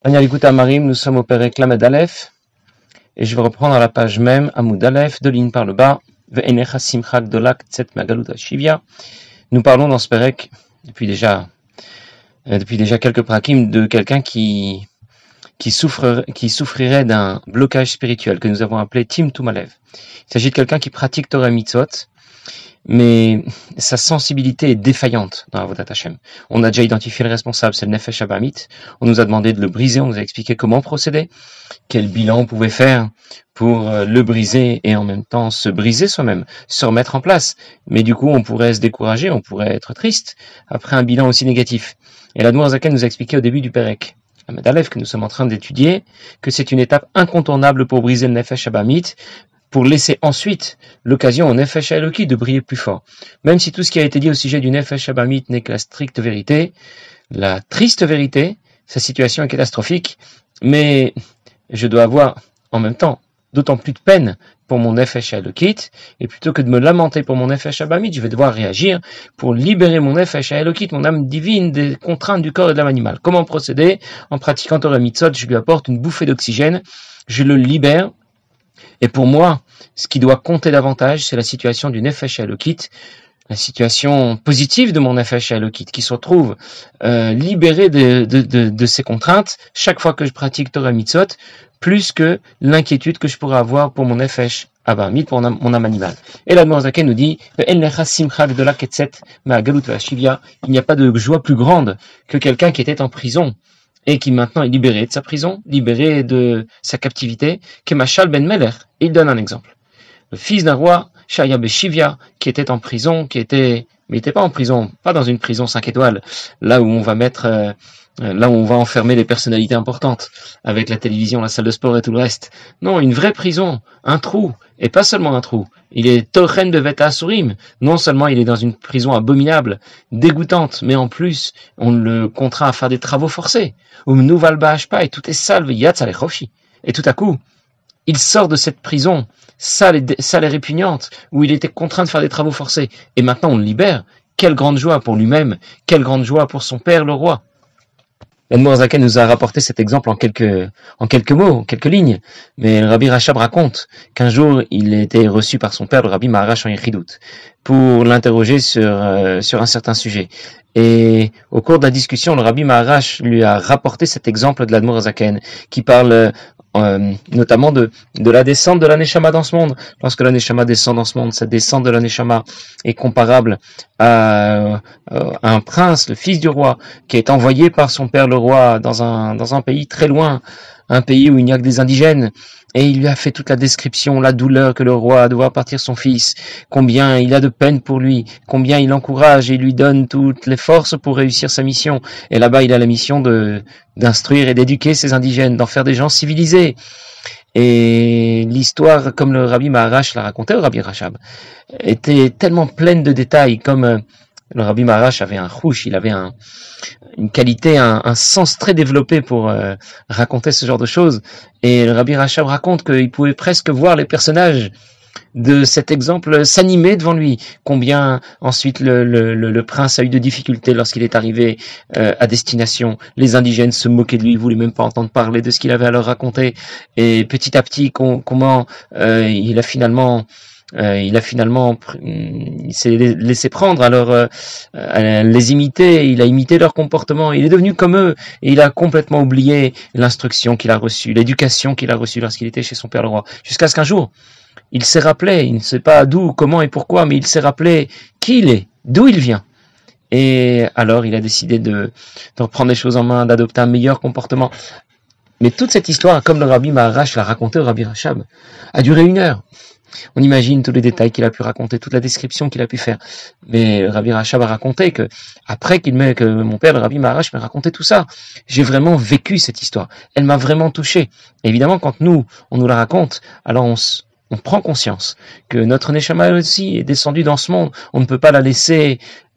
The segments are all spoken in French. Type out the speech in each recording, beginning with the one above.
L'écoute à Marim, nous sommes au Pérec Lamed Aleph, et je vais reprendre à la page même, Amoud Aleph, deux lignes par le bas, Ve'enecha simcha gdola ktset me'galut hashivya. Nous parlons dans ce Pérec, depuis déjà quelques prakim, de quelqu'un qui souffrirait d'un blocage spirituel, que nous avons appelé Tim Tumalev. Il s'agit de quelqu'un qui pratique Torah Mitzvot, mais sa sensibilité est défaillante dans Avodat Hashem. On a déjà identifié le responsable, c'est le Nefesh Abamit. On nous a demandé de le briser, on nous a expliqué comment procéder, quel bilan on pouvait faire pour le briser et en même temps se briser soi-même, se remettre en place. Mais du coup, on pourrait se décourager, on pourrait être triste après un bilan aussi négatif. Et l'Admour Zaken nous a expliqué au début du Pérec, la Medalef que nous sommes en train d'étudier, que c'est une étape incontournable pour briser le Nefesh Abamit, pour laisser ensuite l'occasion au Nefesh Eloki de briller plus fort. Même si tout ce qui a été dit au sujet du Nefesh Abamit n'est que la stricte vérité, la triste vérité, sa situation est catastrophique, mais je dois avoir en même temps d'autant plus de peine pour mon Nefesh Elokit, et plutôt que de me lamenter pour mon Nefesh Abamit, je vais devoir réagir pour libérer mon Nefesh Elokit, mon âme divine, des contraintes du corps et de l'âme animale. Comment procéder? En pratiquant Torah Mitzvot, je lui apporte une bouffée d'oxygène, je le libère. Et pour moi, ce qui doit compter davantage, c'est la situation du Nefesh Elokit, la situation positive de mon Nefesh Elokit, qui se retrouve libéré de ses contraintes chaque fois que je pratique Torah Mitzvot, plus que l'inquiétude que je pourrais avoir pour mon Nefesh Abamit, pour mon âme animale. Et la Zaken nous dit, il n'y a pas de joie plus grande que quelqu'un qui était en prison et qui maintenant est libéré de sa prison, libéré de sa captivité, Kemashal ben Meler. Il donne un exemple. Le fils d'un roi, Shaya Beshivya, qui était en prison, mais il n'était pas en prison, pas dans une prison 5 étoiles, là où on va enfermer les personnalités importantes, avec la télévision, la salle de sport et tout le reste. Non, une vraie prison, un trou, et pas seulement un trou. Il est Tochen Beveta Asurim. Non seulement il est dans une prison abominable, dégoûtante, mais en plus, on le contraint à faire des travaux forcés. Et tout est sale, et tout à coup, il sort de cette prison, sale et répugnante, où il était contraint de faire des travaux forcés. Et maintenant, on le libère. Quelle grande joie pour lui-même, quelle grande joie pour son père, le roi. L'Admour Zaken nous a rapporté cet exemple en quelques mots, en quelques lignes. Mais le Rabbi Rachab raconte qu'un jour, il était reçu par son père, le Rabbi Maharash en Yechidout, pour l'interroger sur un certain sujet. Et au cours de la discussion, le Rabbi Maharash lui a rapporté cet exemple de l'Admour Zaken, qui parle notamment de la descente de la Neshama dans ce monde. Lorsque la Neshama descend dans ce monde, cette descente de la Neshama est comparable à un prince, le fils du roi, qui est envoyé par son père le roi dans un pays très loin, un pays où il n'y a que des indigènes, et il lui a fait toute la description, la douleur que le roi a de voir partir son fils, combien il a de peine pour lui, combien il l'encourage et lui donne toutes les forces pour réussir sa mission. Et là-bas, il a la mission d'instruire et d'éduquer ces indigènes, d'en faire des gens civilisés. Et l'histoire, comme le Rabbi Maharash l'a raconté au Rabbi Rachab, était tellement pleine de détails, comme le Rabbi Maharash avait un chouch, il avait une qualité, un sens très développé pour raconter ce genre de choses. Et le Rabbi Rachab raconte qu'il pouvait presque voir les personnages de cet exemple s'animer devant lui. Combien ensuite le prince a eu de difficultés lorsqu'il est arrivé à destination. Les indigènes se moquaient de lui, ils voulaient même pas entendre parler de ce qu'il avait à leur raconter. Et petit à petit, comment il s'est laissé prendre à les imiter, il a imité leur comportement, il est devenu comme eux, et il a complètement oublié l'instruction qu'il a reçue, l'éducation qu'il a reçue lorsqu'il était chez son père le roi. Jusqu'à ce qu'un jour, il s'est rappelé, il ne sait pas d'où, comment et pourquoi, mais il s'est rappelé qui il est, d'où il vient. Et alors, il a décidé de reprendre les choses en main, d'adopter un meilleur comportement. Mais toute cette histoire, comme le Rabbi Maharash l'a raconté au Rabbi Rachab, a duré 1 heure. On imagine tous les détails qu'il a pu raconter, toute la description qu'il a pu faire. Mais Rabbi Rachab a raconté que, après que mon père, le Rabbi Maharash, m'a raconté tout ça, j'ai vraiment vécu cette histoire. Elle m'a vraiment touché. Et évidemment, quand on nous la raconte, alors on prend conscience que notre Neshama aussi est descendue dans ce monde. On ne peut pas la laisser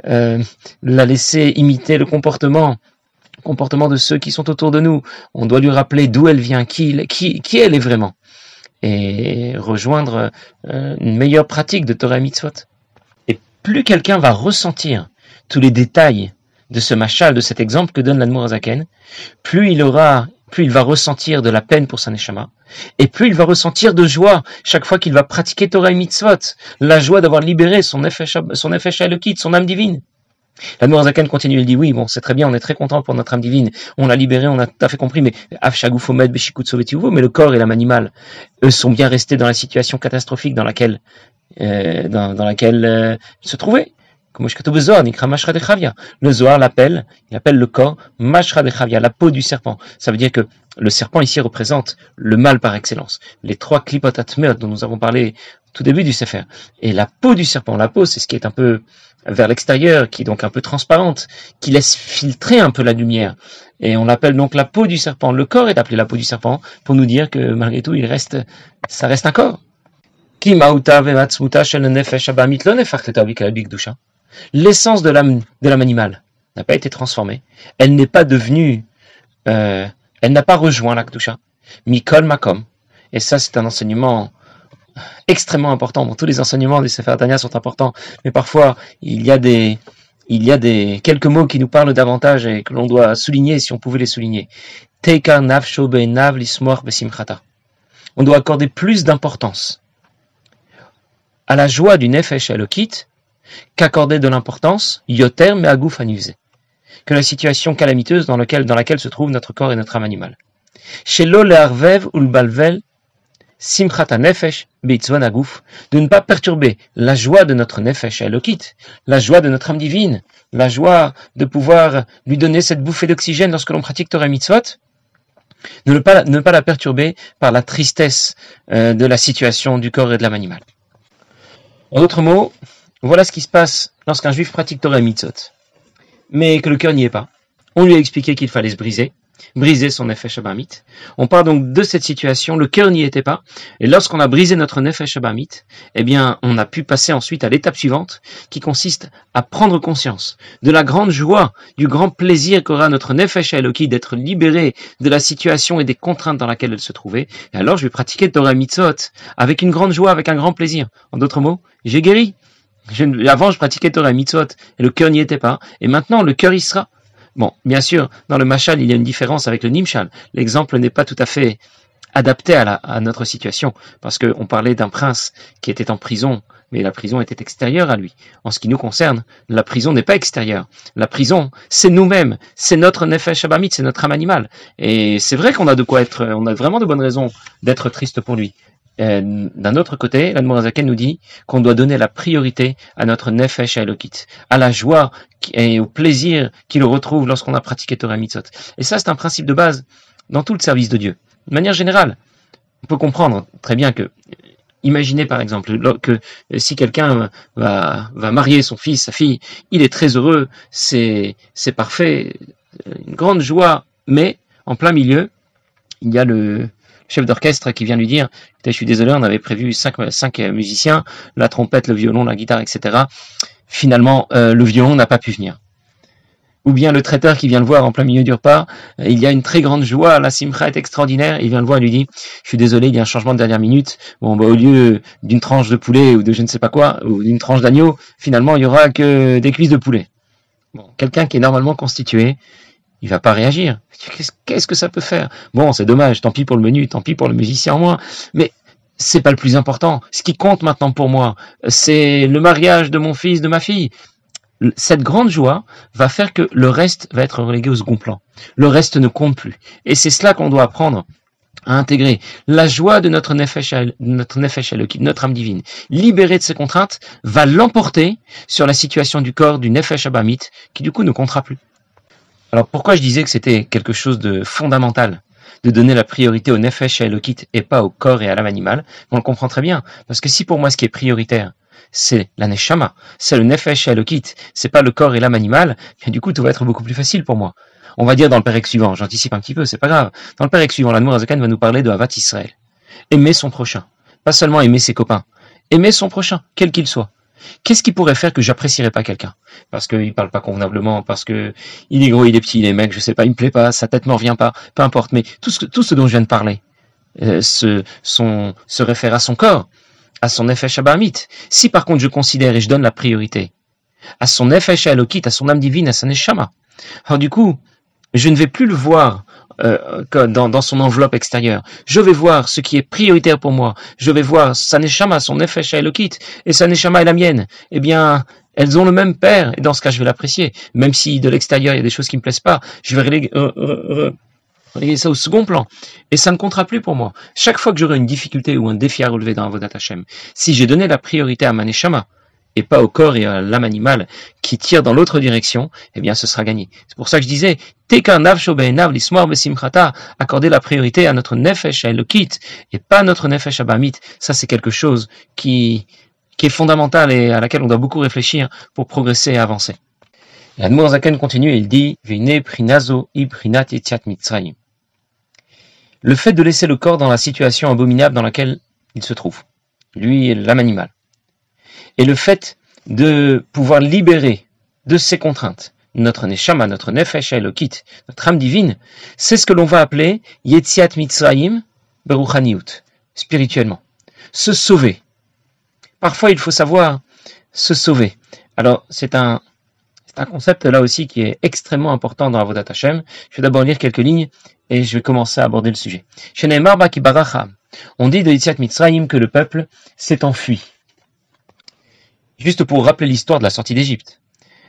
imiter le comportement de ceux qui sont autour de nous. On doit lui rappeler d'où elle vient, qui elle est vraiment. Et rejoindre une meilleure pratique de Torah Mitzvot. Et plus quelqu'un va ressentir tous les détails de ce mashal, de cet exemple que donne l'Admour Zaken, plus il aura plus il va ressentir de la peine pour sa neshama, et plus il va ressentir de joie chaque fois qu'il va pratiquer Torah et Mitzvot, la joie d'avoir libéré son nefesh Elokit, son âme divine. L'Admor Zaken continue, il dit oui, bon, c'est très bien, on est très content pour notre âme divine, on l'a libérée, on a tout à fait compris, mais mais le corps et l'âme animale, eux sont bien restés dans la situation catastrophique dans laquelle se trouvaient. Le Zohar l'appelle, il appelle le corps Mashra de Chavia, la peau du serpent. Ça veut dire que le serpent ici représente le mal par excellence. Les trois klipot atmeot dont nous avons parlé au tout début du Sefer. Et la peau du serpent, la peau c'est ce qui est un peu vers l'extérieur, qui est donc un peu transparente, qui laisse filtrer un peu la lumière. Et on l'appelle donc la peau du serpent. Le corps est appelé la peau du serpent pour nous dire que malgré tout, ça reste un corps. L'essence de l'âme animale n'a pas été transformée. Elle n'est pas devenue, elle n'a pas rejoint la Kedusha. Mikol Makom. Et ça, c'est un enseignement extrêmement important. Bon, tous les enseignements du Sefer Tanya sont importants, mais parfois, il y a quelques mots qui nous parlent davantage et que l'on doit souligner si on pouvait les souligner. Teika nafsho be'enav lismor besimchata. On doit accorder plus d'importance à la joie du Nefesh Elokit qu'accorder de l'importance, yoter me'aguf anivze, que la situation calamiteuse dans laquelle se trouve notre corps et notre âme animale. Shelo le'arvev ulbalvel simchata nefesh beitzvon aguf, de ne pas perturber la joie de notre Nefesh Elokit, la joie de notre âme divine, la joie de pouvoir lui donner cette bouffée d'oxygène lorsque l'on pratique Torah Mitzvot, ne pas la perturber par la tristesse de la situation du corps et de l'âme animale. En d'autres mots, voilà ce qui se passe lorsqu'un juif pratique Torah et Mitzvot, mais que le cœur n'y est pas. On lui a expliqué qu'il fallait se briser son Nefesh Abamit. On part donc de cette situation, le cœur n'y était pas, et lorsqu'on a brisé notre Nefesh Abamit, eh bien, on a pu passer ensuite à l'étape suivante, qui consiste à prendre conscience de la grande joie, du grand plaisir qu'aura notre Nefesh Eloki d'être libéré de la situation et des contraintes dans laquelle elle se trouvait. Et alors, je vais pratiquer Torah Mitzvot avec une grande joie, avec un grand plaisir. En d'autres mots, j'ai guéri. Avant, je pratiquais Torah Mitzvot et le cœur n'y était pas. Et maintenant, le cœur y sera. Bon, bien sûr, dans le Mashal, il y a une différence avec le Nimshal. L'exemple n'est pas tout à fait adapté à notre situation, parce qu'on parlait d'un prince qui était en prison, mais la prison était extérieure à lui. En ce qui nous concerne, la prison n'est pas extérieure. La prison, c'est nous-mêmes, c'est notre Nefesh Abamit, c'est notre âme animale. Et c'est vrai qu'on a on a vraiment de bonnes raisons d'être triste pour lui. D'un autre côté, l'Admor Zaken nous dit qu'on doit donner la priorité à notre Nefesh Elokit, à la joie et au plaisir qu'il retrouve lorsqu'on a pratiqué Torah Mitzvot. Et ça, c'est un principe de base dans tout le service de Dieu. De manière générale, on peut comprendre très bien que, imaginez par exemple que si quelqu'un va marier son fils, sa fille, il est très heureux, c'est parfait, une grande joie, mais en plein milieu, il y a le chef d'orchestre qui vient lui dire « Je suis désolé, on avait prévu 5 musiciens, la trompette, le violon, la guitare, etc. Finalement, le violon n'a pas pu venir. » Ou bien le traiteur qui vient le voir en plein milieu du repas, il y a une très grande joie, la simcha est extraordinaire, il vient le voir et lui dit « Je suis désolé, il y a un changement de dernière minute, au lieu d'une tranche de poulet ou de je ne sais pas quoi, ou d'une tranche d'agneau, finalement il y aura que des cuisses de poulet. » Bon, quelqu'un qui est normalement constitué, il va pas réagir. Qu'est-ce que ça peut faire? Bon, c'est dommage, tant pis pour le menu, tant pis pour le musicien en moins, mais c'est pas le plus important. Ce qui compte maintenant pour moi, c'est le mariage de mon fils, de ma fille. Cette grande joie va faire que le reste va être relégué au second plan. Le reste ne compte plus. Et c'est cela qu'on doit apprendre à intégrer. La joie de notre Nefesh Elokit, notre âme divine, libérée de ses contraintes, va l'emporter sur la situation du corps, du Nefesh Abamit, qui du coup ne comptera plus. Alors pourquoi je disais que c'était quelque chose de fondamental de donner la priorité au Nefesh Elokit et pas au corps et à l'âme animale? On le comprend très bien, parce que si pour moi ce qui est prioritaire, c'est la Neshama, c'est le Nefesh Elokit, c'est pas le corps et l'âme animale, bien du coup tout va être beaucoup plus facile pour moi. On va dire dans le Pérec suivant, j'anticipe un petit peu, c'est pas grave. Dans le Pérec suivant, l'Admor Zaken va nous parler de Havat Israël. Aimer son prochain. Pas seulement aimer ses copains. Aimer son prochain, quel qu'il soit. Qu'est-ce qui pourrait faire que j'apprécierais pas quelqu'un? Parce qu'il parle pas convenablement, parce que il est gros, il est petit, il est mec, je sais pas, il me plaît pas, sa tête me revient pas, peu importe. Mais tout ce dont je viens de parler, se réfère à son corps, à son Nefesh Abamit. Si par contre je considère et je donne la priorité à son Nefesh Elokit, à son âme divine, à sa Neshama, alors du coup, je ne vais plus le voir dans son enveloppe extérieure. Je vais voir ce qui est prioritaire pour moi. Je vais voir sa neshama, son nefesh elokit, et sa neshama est la mienne. Eh bien, elles ont le même père, et dans ce cas, je vais l'apprécier. Même si de l'extérieur, il y a des choses qui me plaisent pas, je vais reléguer ça au second plan. Et ça ne comptera plus pour moi. Chaque fois que j'aurai une difficulté ou un défi à relever dans Avodat Hashem, si j'ai donné la priorité à ma neshama, et pas au corps et à l'âme animale qui tire dans l'autre direction, eh bien ce sera gagné. C'est pour ça que je disais, accorder la priorité à notre nefesh à Elokit et pas à notre nefesh à Bamit. Ça c'est quelque chose qui est fondamental et à laquelle on doit beaucoup réfléchir pour progresser et avancer. L'Admour Zaken continue et il dit, Veine prinazo i prinat yetziat Mitzrayim. Le fait de laisser le corps dans la situation abominable dans laquelle il se trouve, lui et l'âme animale, et le fait de pouvoir libérer de ces contraintes notre neshama, notre nefesh elokit, notre âme divine, c'est ce que l'on va appeler Yetziat Mitzrayim beruchaniut, spirituellement. Se sauver. Parfois, il faut savoir se sauver. Alors, c'est un concept là aussi qui est extrêmement important dans Avodat Hashem. Je vais d'abord lire quelques lignes et je vais commencer à aborder le sujet. On dit de Yetziat Mitzrayim que le peuple s'est enfui. Juste pour rappeler l'histoire de la sortie d'Égypte.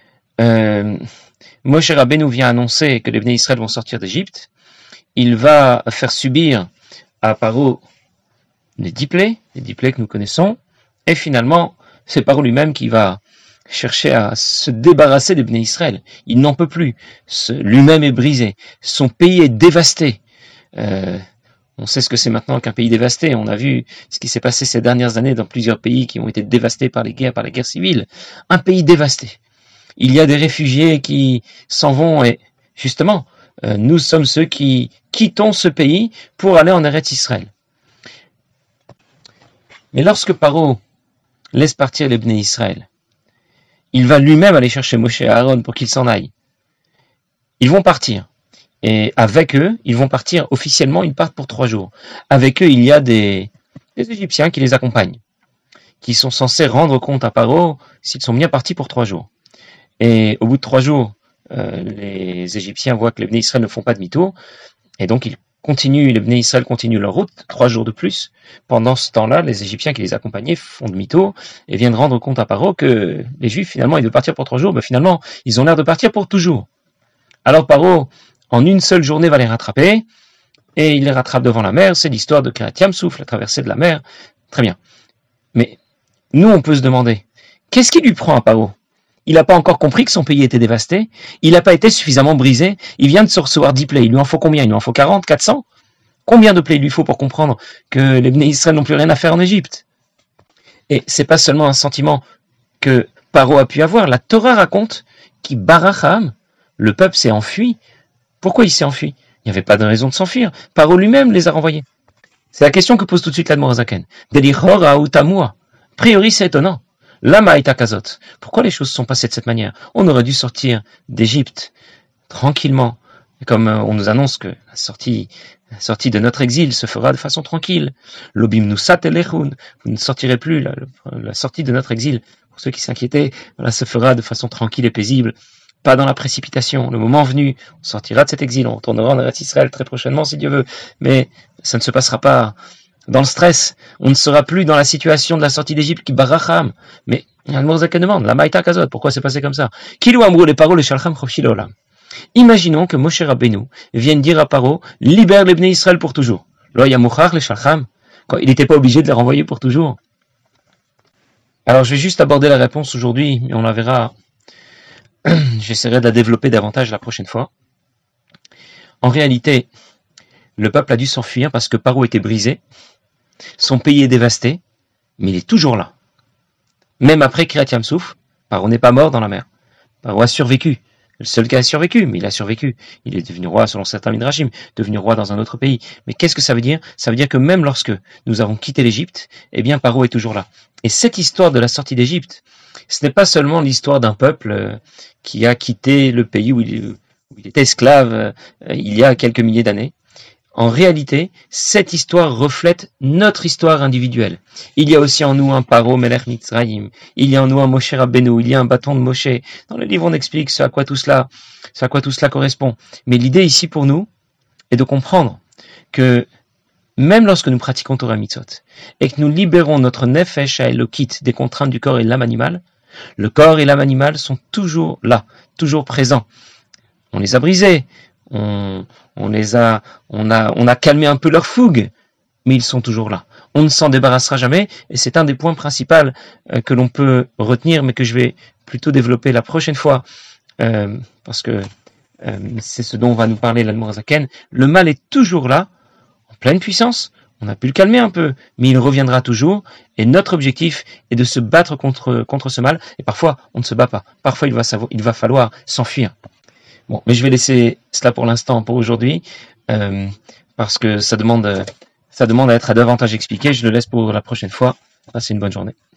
Moshe Rabbeinu vient annoncer que les Bnei Israël vont sortir d'Égypte. Il va faire subir à Paro les 10 plaies que nous connaissons. Et finalement, c'est Paro lui-même qui va chercher à se débarrasser des Bnei Israël. Il n'en peut plus. Lui-même est brisé. Son pays est dévasté. On sait ce que c'est maintenant qu'un pays dévasté. On a vu ce qui s'est passé ces dernières années dans plusieurs pays qui ont été dévastés par les guerres civiles. Un pays dévasté. Il y a des réfugiés qui s'en vont et justement, nous sommes ceux qui quittons ce pays pour aller en Eretz Israël. Mais lorsque Paro laisse partir les Bnei Israël, il va lui-même aller chercher Moshe et Aaron pour qu'ils s'en aillent. Ils vont partir. Et avec eux, ils vont partir officiellement, ils partent pour 3 jours. Avec eux, il y a des Égyptiens qui les accompagnent, qui sont censés rendre compte à Paro s'ils sont bien partis pour 3 jours. Et au bout de 3 jours, les Égyptiens voient que les Bnei Israël ne font pas demi-tour, et donc les Bnei Israël continuent leur route, 3 jours de plus. Pendant ce temps-là, les Égyptiens qui les accompagnaient font demi-tour et viennent rendre compte à Paro que les Juifs, finalement, ils devaient partir pour 3 jours, mais finalement, ils ont l'air de partir pour toujours. Alors Paro, en une seule journée, va les rattraper, et il les rattrape devant la mer. C'est l'histoire de Kiryat Yam-Souf, la traversée de la mer. Très bien. Mais nous, on peut se demander, qu'est-ce qui lui prend à Paro ? Il n'a pas encore compris que son pays était dévasté. Il n'a pas été suffisamment brisé. Il vient de se recevoir 10 plaies. Il lui en faut combien ? Il lui en faut 40, 400 ? Combien de plaies il lui faut pour comprendre que les Bnei Israël n'ont plus rien à faire en Égypte ? Et c'est pas seulement un sentiment que Paro a pu avoir. La Torah raconte qu'il baracham, le peuple s'est enfui. Pourquoi il s'est enfui ? Il n'y avait pas de raison de s'enfuir. Paro lui-même les a renvoyés. C'est la question que pose tout de suite l'Admor Zaken. Delichor ha'utamua. A priori, c'est étonnant. Lama ita kazot. Pourquoi les choses sont passées de cette manière ? On aurait dû sortir d'Égypte tranquillement. Comme on nous annonce que la sortie de notre exil se fera de façon tranquille. Lobim nusat elechun. Vous ne sortirez plus. La sortie de notre exil, pour ceux qui s'inquiétaient, se fera de façon tranquille et paisible. Pas dans la précipitation. Le moment venu, on sortira de cet exil, on retournera en Eretz Israël très prochainement si Dieu veut. Mais ça ne se passera pas dans le stress. On ne sera plus dans la situation de la sortie d'Égypte qui baracham. Mais Admor Zaken demande, la maïta kazot, pourquoi c'est passé comme ça ? Kilou amrou les paroles shalcham chofshi leolam. Imaginons que Moshe Rabbeinu vienne dire à Paro, libère les Bnei Israël pour toujours. Lo yamuchach les shalcham. Il n'était pas obligé de les renvoyer pour toujours. Alors je vais juste aborder la réponse aujourd'hui, mais on la verra. J'essaierai de la développer davantage la prochaine fois. En réalité, le peuple a dû s'enfuir parce que Paro était brisé, son pays est dévasté, mais il est toujours là. Même après Kiryat Yam-Souf, Paro n'est pas mort dans la mer. Paro a survécu. Le seul qui a survécu, mais il a survécu. Il est devenu roi selon certains midrashim, devenu roi dans un autre pays. Mais qu'est-ce que ça veut dire ? Ça veut dire que même lorsque nous avons quitté l'Égypte, eh bien Paro est toujours là. Et cette histoire de la sortie d'Égypte, ce n'est pas seulement l'histoire d'un peuple qui a quitté le pays où il était esclave il y a quelques milliers d'années. En réalité, cette histoire reflète notre histoire individuelle. Il y a aussi en nous un Paro Melech Mitzrayim, il y a en nous un Moshe Rabbeinu, il y a un bâton de Moshe. Dans le livre, on explique ce à quoi tout cela correspond. Mais l'idée ici pour nous, est de comprendre que même lorsque nous pratiquons Torah Mitzvot et que nous libérons notre nefesh haelokit des contraintes du corps et de l'âme animale, le corps et l'âme animale sont toujours là, toujours présents. On les a brisés, on a calmé un peu leur fougue, mais ils sont toujours là. On ne s'en débarrassera jamais, et c'est un des points principaux que l'on peut retenir, mais que je vais plutôt développer la prochaine fois, parce que c'est ce dont va nous parler l'Admour Zaken. Le mal est toujours là, en pleine puissance. On a pu le calmer un peu, mais il reviendra toujours. Et notre objectif est de se battre contre ce mal. Et parfois, on ne se bat pas. Parfois, il va falloir s'enfuir. Bon, mais je vais laisser cela pour l'instant, pour aujourd'hui, parce que ça demande à être davantage expliqué. Je le laisse pour la prochaine fois. Passez une bonne journée.